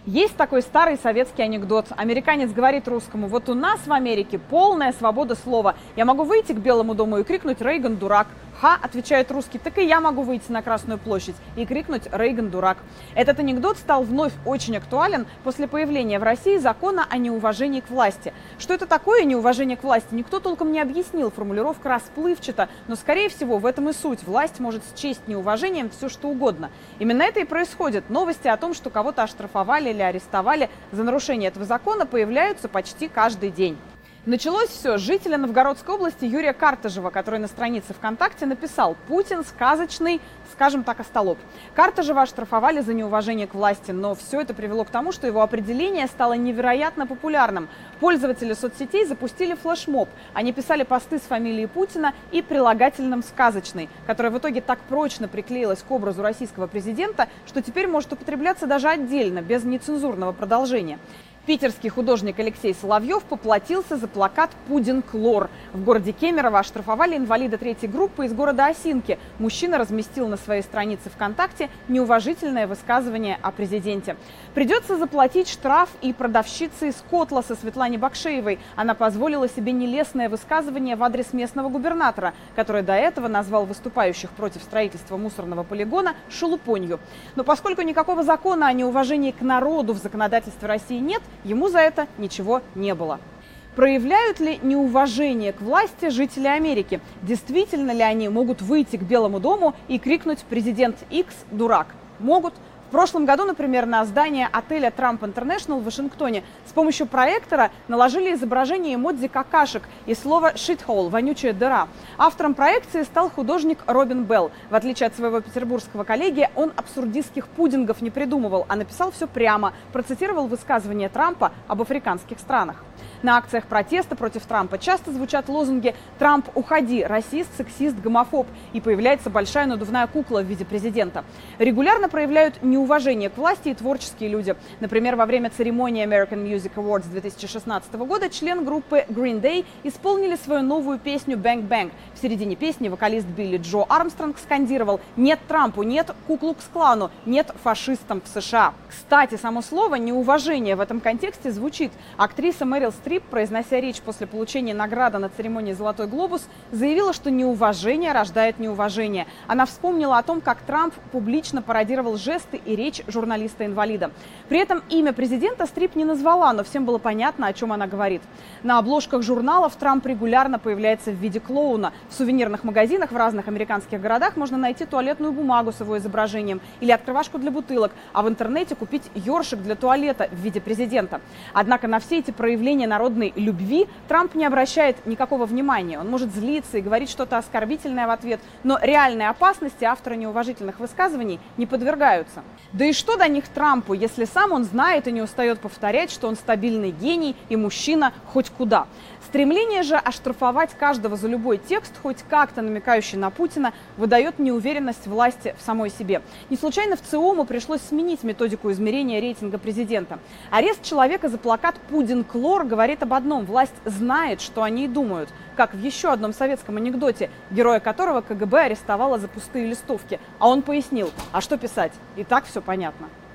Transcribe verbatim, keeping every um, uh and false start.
Есть такой старый советский анекдот. Американец говорит русскому: вот у нас в Америке полная свобода слова. Я могу выйти к Белому дому и крикнуть: «Рейган дурак». «Ха», отвечает русский, так и я могу выйти на Красную площадь и крикнуть: «Рейган дурак». Этот анекдот стал вновь очень актуален после появления в России закона о неуважении к власти. Что это такое неуважение к власти, никто толком не объяснил, формулировка расплывчата, но скорее всего в этом и суть. Власть может счесть неуважением все что угодно. Именно это и происходит. Новости о том, что кого-то оштрафовали или арестовали за нарушение этого закона, появляются почти каждый день. Началось все с жителя Новгородской области Юрия Картажева, который на странице ВКонтакте написал: «Путин сказочный, скажем так, остолоп». Картажева оштрафовали за неуважение к власти, но все это привело к тому, что его определение стало невероятно популярным. Пользователи соцсетей запустили флешмоб. Они писали посты с фамилией Путина и прилагательным «сказочный», которое в итоге так прочно приклеилось к образу российского президента, что теперь может употребляться даже отдельно, без нецензурного продолжения. Питерский художник Алексей Соловьев поплатился за плакат «Пудинг-лор». В городе Кемерово оштрафовали инвалида третьей группы из города Осинки. Мужчина разместил на своей странице ВКонтакте неуважительное высказывание о президенте. Придется заплатить штраф и продавщице из Котласа Светлане Бакшеевой. Она позволила себе нелестное высказывание в адрес местного губернатора, который до этого назвал выступающих против строительства мусорного полигона шелупонью. Но поскольку никакого закона о неуважении к народу в законодательстве России нет, ему за это ничего не было. Проявляют ли неуважение к власти жители Америки? Действительно ли они могут выйти к Белому дому и крикнуть: «Президент Икс дурак»? Могут. В прошлом году, например, на здание отеля Trump International в Вашингтоне с помощью проектора наложили изображение эмодзи какашек и слово «shithole» – вонючая дыра. Автором проекции стал художник Робин Белл. В отличие от своего петербургского коллеги, он абсурдистских пудингов не придумывал, а написал все прямо, процитировал высказывание Трампа об африканских странах. На акциях протеста против Трампа часто звучат лозунги «Трамп, уходи», «Расист, сексист, гомофоб», и появляется большая надувная кукла в виде президента. Регулярно проявляют неуважение к власти и творческие люди. Например, во время церемонии American Music Awards две тысячи шестнадцатого года член группы Green Day исполнили свою новую песню «Bang Bang». В середине песни вокалист Билли Джо Армстронг скандировал: «Нет Трампу, нет Ку-Клукс-Клану, нет фашистам в США». Кстати, само слово «неуважение» в этом контексте звучит. Актриса Мэрил Стрип, произнося речь после получения награды на церемонии «Золотой глобус», заявила, что неуважение рождает неуважение. Она вспомнила о том, как Трамп публично пародировал жесты и речь журналиста-инвалида. При этом имя президента Стрип не назвала, но всем было понятно, о чем она говорит. На обложках журналов Трамп регулярно появляется в виде клоуна. В сувенирных магазинах в разных американских городах можно найти туалетную бумагу с его изображением или открывашку для бутылок, а в интернете купить ёршик для туалета в виде президента. Однако на все эти проявления народной любви Трамп не обращает никакого внимания. Он может злиться и говорить что-то оскорбительное в ответ, но реальной опасности авторы неуважительных высказываний не подвергаются. Да и что до них Трампу, если сам он знает и не устает повторять, что он стабильный гений и мужчина хоть куда. Стремление же оштрафовать каждого за любой текст, хоть как-то намекающий на Путина, выдает неуверенность власти в самой себе. Не случайно в ЦИОМу пришлось сменить методику измерения рейтинга президента. Арест человека за плакат «Пудинг-лор» говорит об одном: власть знает, что о ней думают. Как в еще одном советском анекдоте, героя которого КГБ арестовало за пустые листовки. А он пояснил: а что писать? И так все понятно.